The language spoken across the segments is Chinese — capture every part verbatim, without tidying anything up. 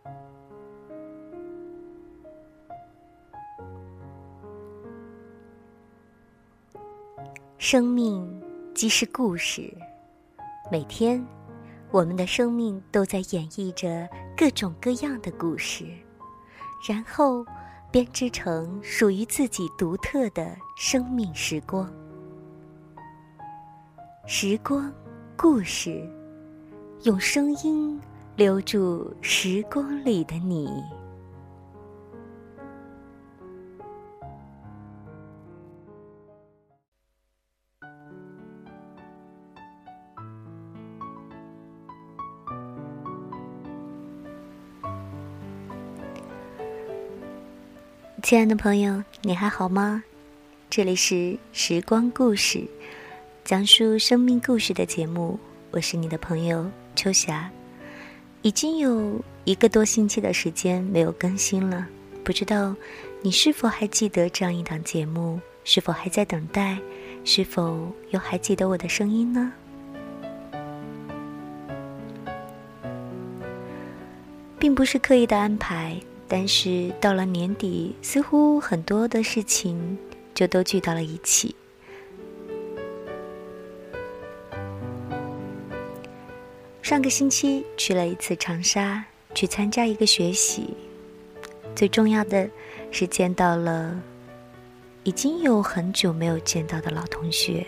生命即是故事，每天我们的生命都在演绎着各种各样的故事，然后编织成属于自己独特的生命时光。时光，故事，用声音留住时光里的你。亲爱的朋友，你还好吗？这里是时光故事，讲述生命故事的节目，我是你的朋友秋霞。已经有一个多星期的时间没有更新了，不知道你是否还记得这样一档节目？是否还在等待？是否又还记得我的声音呢？并不是刻意的安排，但是到了年底，似乎很多的事情就都聚到了一起。上个星期去了一次长沙，去参加一个学习，最重要的是见到了已经有很久没有见到的老同学。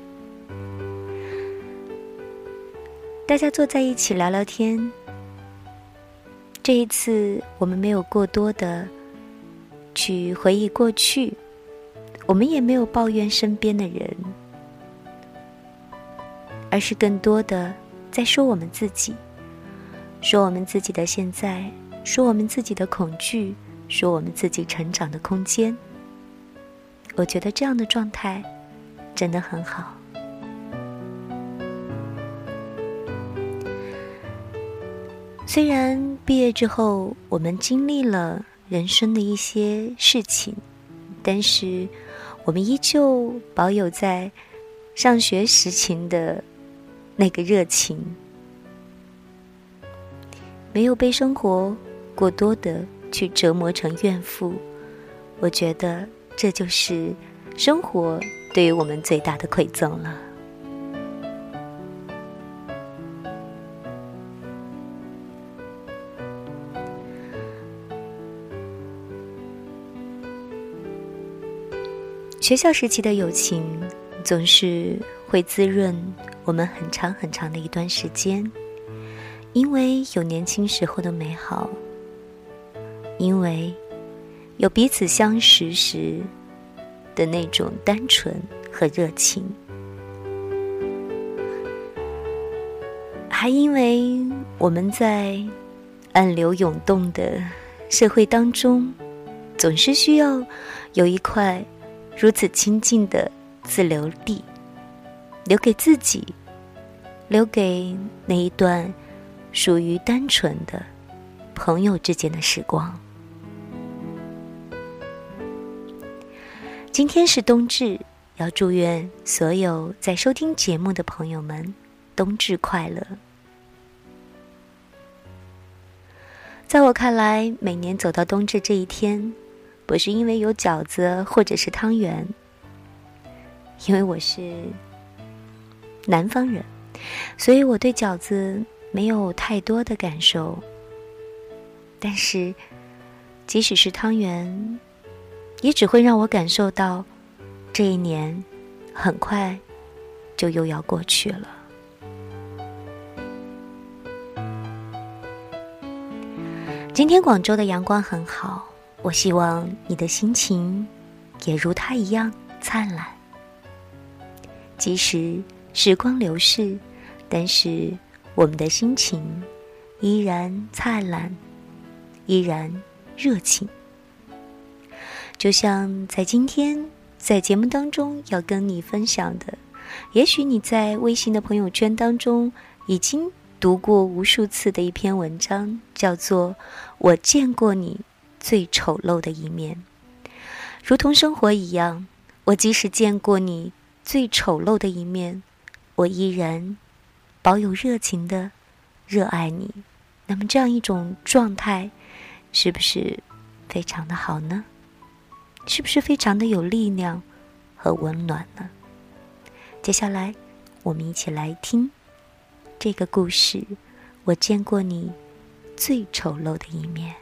大家坐在一起聊聊天，这一次我们没有过多的去回忆过去，我们也没有抱怨身边的人，而是更多的在说我们自己，说我们自己的现在，说我们自己的恐惧，说我们自己成长的空间。我觉得这样的状态真的很好。虽然毕业之后我们经历了人生的一些事情，但是我们依旧保有在上学时情的那个热情，没有被生活过多的去折磨成怨妇。我觉得这就是生活对于我们最大的馈赠了。学校时期的友情总是会滋润我们很长很长的一段时间，因为有年轻时候的美好，因为有彼此相识时的那种单纯和热情，还因为我们在暗流涌动的社会当中，总是需要有一块如此亲近的自留地，留给自己，留给那一段属于单纯的朋友之间的时光。今天是冬至，要祝愿所有在收听节目的朋友们冬至快乐。在我看来，每年走到冬至这一天，不是因为有饺子或者是汤圆，因为我是南方人，所以我对饺子没有太多的感受。但是即使是汤圆，也只会让我感受到这一年很快就又要过去了。今天广州的阳光很好，我希望你的心情也如它一样灿烂。即使时光流逝，但是我们的心情依然灿烂，依然热情。就像在今天在节目当中要跟你分享的，也许你在微信的朋友圈当中已经读过无数次的一篇文章，叫做我见过你最丑陋的一面。如同生活一样，我即使见过你最丑陋的一面，我依然保有热情的热爱你， 那么这样一种状态是不是非常的好呢？是不是非常的有力量和温暖呢？接下来我们一起来听这个故事，我见过你最丑陋的一面。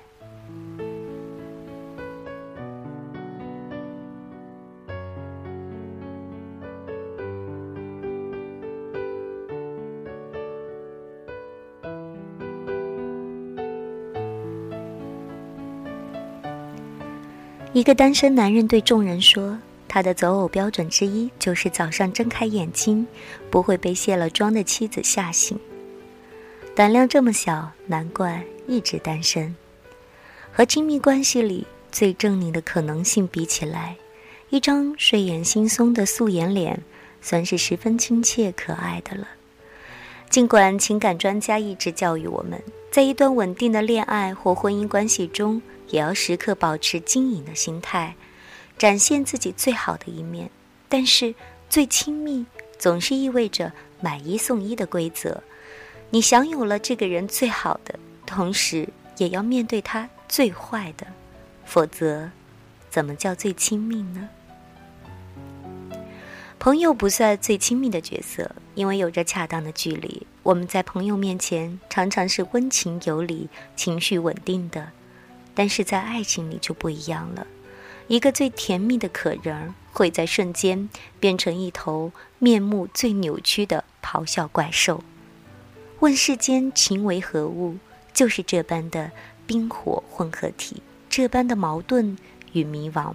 一个单身男人对众人说，他的择偶标准之一就是早上睁开眼睛不会被卸了妆的妻子吓醒。胆量这么小，难怪一直单身。和亲密关系里最狰狞的可能性比起来，一张睡眼惺忪的素颜脸算是十分亲切可爱的了。尽管情感专家一直教育我们，在一段稳定的恋爱或婚姻关系中，也要时刻保持经营的心态，展现自己最好的一面。但是最亲密总是意味着买一送一的规则，你享有了这个人最好的，同时也要面对他最坏的，否则怎么叫最亲密呢？朋友不算最亲密的角色，因为有着恰当的距离，我们在朋友面前常常是温情有礼、情绪稳定的。但是在爱情里就不一样了，一个最甜蜜的可人会在瞬间变成一头面目最扭曲的咆哮怪兽。问世间情为何物，就是这般的冰火混合体，这般的矛盾与迷惘。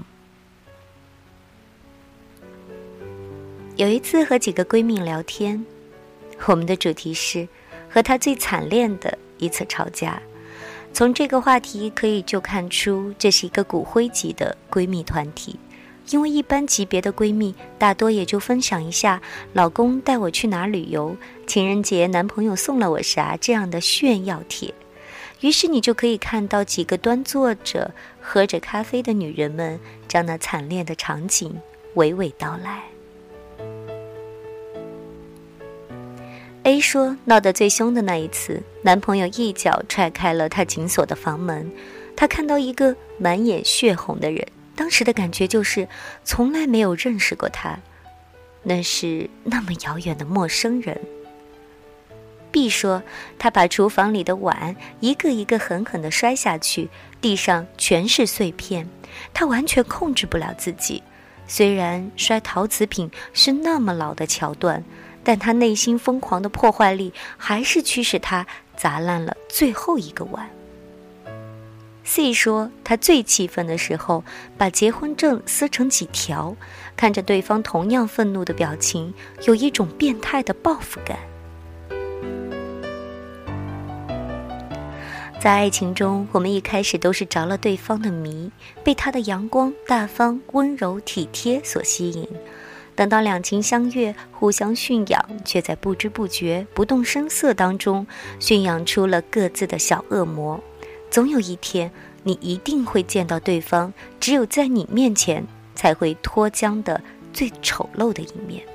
有一次和几个闺蜜聊天，我们的主题是和她最惨烈的一次吵架。从这个话题可以就看出，这是一个骨灰级的闺蜜团体。因为一般级别的闺蜜大多也就分享一下老公带我去哪旅游，情人节男朋友送了我啥这样的炫耀帖。于是你就可以看到几个端坐着喝着咖啡的女人们将那惨烈的场景娓娓道来。A 说，闹得最凶的那一次，男朋友一脚踹开了她紧锁的房门，她看到一个满眼血红的人，当时的感觉就是从来没有认识过他，那是那么遥远的陌生人。B 说，他把厨房里的碗一个一个狠狠地摔下去，地上全是碎片，他完全控制不了自己。虽然摔陶瓷品是那么老的桥段，但他内心疯狂的破坏力还是驱使他砸烂了最后一个碗。C 说，他最气愤的时候把结婚证撕成几条，看着对方同样愤怒的表情，有一种变态的报复感。在爱情中，我们一开始都是着了对方的迷，被他的阳光、大方、温柔、体贴所吸引。等到两情相悦，互相驯养，却在不知不觉、不动声色当中驯养出了各自的小恶魔。总有一天，你一定会见到对方只有在你面前才会脱缰的最丑陋的一面。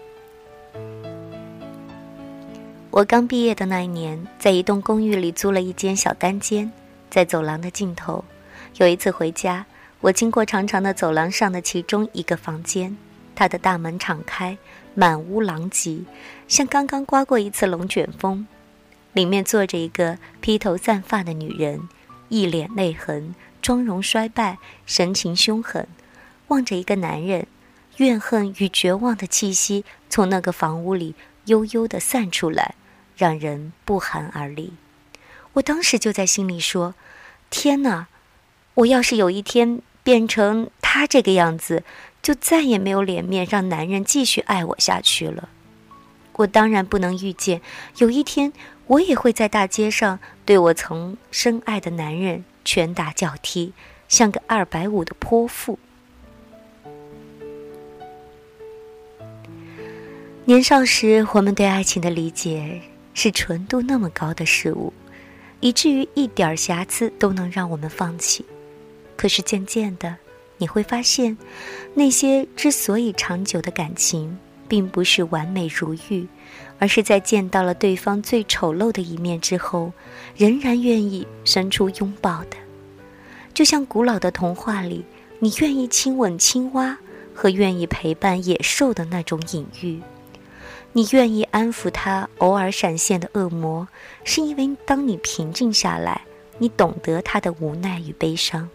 我刚毕业的那一年，在一栋公寓里租了一间小单间，在走廊的尽头。有一次回家，我经过长长的走廊上的其中一个房间，它的大门敞开，满屋狼藉，像刚刚刮过一次龙卷风。里面坐着一个披头散发的女人，一脸泪痕，妆容衰败，神情凶狠，望着一个男人，怨恨与绝望的气息从那个房屋里悠悠地散出来，让人不寒而栗。我当时就在心里说，天哪，我要是有一天变成他这个样子，就再也没有脸面让男人继续爱我下去了。我当然不能预见，有一天我也会在大街上对我曾深爱的男人拳打脚踢，像个二百五的泼妇。年少时，我们对爱情的理解是纯度那么高的事物，以至于一点瑕疵都能让我们放弃。可是渐渐的，你会发现，那些之所以长久的感情， 并不是完美如玉，而是在见到了对方最丑陋的一面之后，仍然愿意伸出拥抱的。就像古老的童话里，你愿意亲吻青蛙和愿意陪伴野兽的那种隐喻。你愿意安抚他偶尔闪现的恶魔，是因为当你平静下来，你懂得他的无奈与悲伤。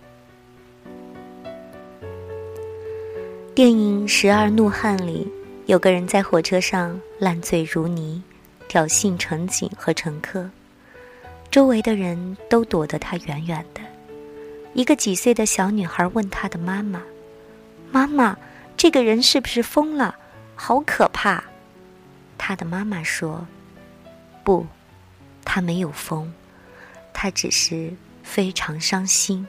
电影《十二怒汉》里，有个人在火车上烂醉如泥，挑衅乘警和乘客，周围的人都躲得他远远的。一个几岁的小女孩问她的妈妈：妈妈，这个人是不是疯了？好可怕。她的妈妈说：不，他没有疯，他只是非常伤心。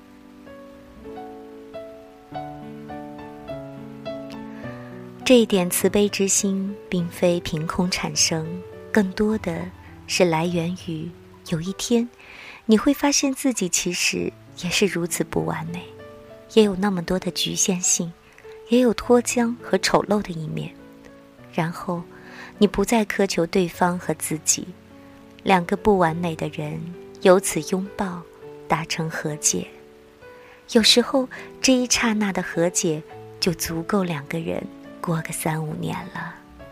这一点慈悲之心并非凭空产生，更多的是来源于有一天你会发现自己其实也是如此不完美，也有那么多的局限性，也有脱缰和丑陋的一面。然后你不再苛求对方和自己，两个不完美的人由此拥抱，达成和解。有时候这一刹那的和解就足够两个人过个三五年了。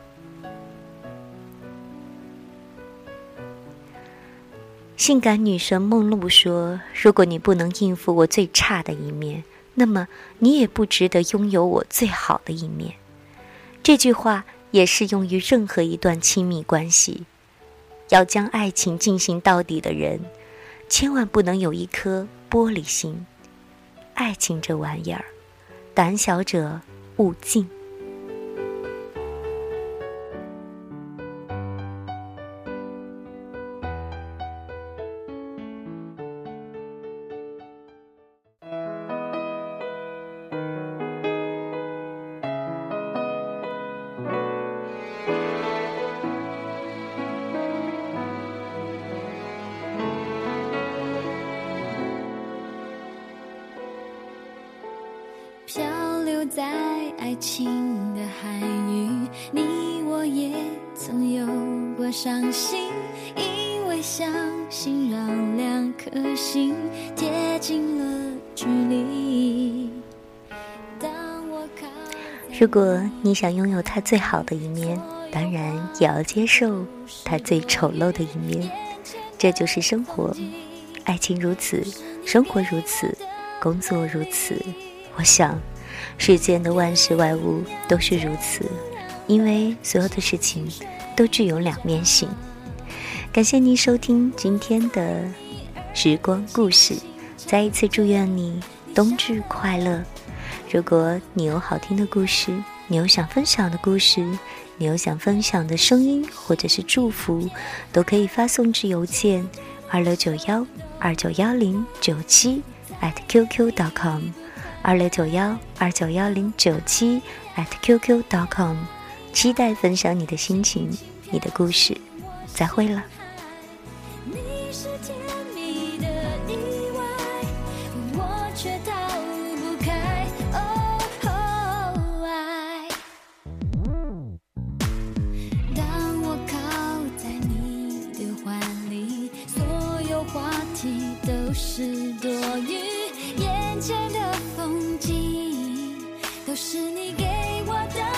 性感女神梦露说，如果你不能应付我最差的一面，那么你也不值得拥有我最好的一面。这句话也适用于任何一段亲密关系。要将爱情进行到底的人，千万不能有一颗玻璃心。爱情这玩意儿，胆小者勿近。 漂流在爱情的海域，你我也曾有过伤心，因为相信让两颗心贴近了距离。当我靠如果你想拥有他最好的一面，当然也要接受他最丑陋的一面。这就是生活，爱情如此，生活如此，工作如此。我想世间的万事万物都是如此，因为所有的事情都具有两面性。感谢您收听今天的时光故事，再一次祝愿你冬至快乐。如果你有好听的故事，你有想分享的故事，你有想分享的声音或者是祝福，都可以发送至邮件二六九幺二九幺零九七 at qq dot com 二六九幺二九幺零九七 at qq dot com， 期待分享你的心情，你的故事。再会了。 你是甜蜜的意外，我却逃不开。哦，爱。当我靠在你的怀里，所有话题都是多余，眼前的风景都是你给我的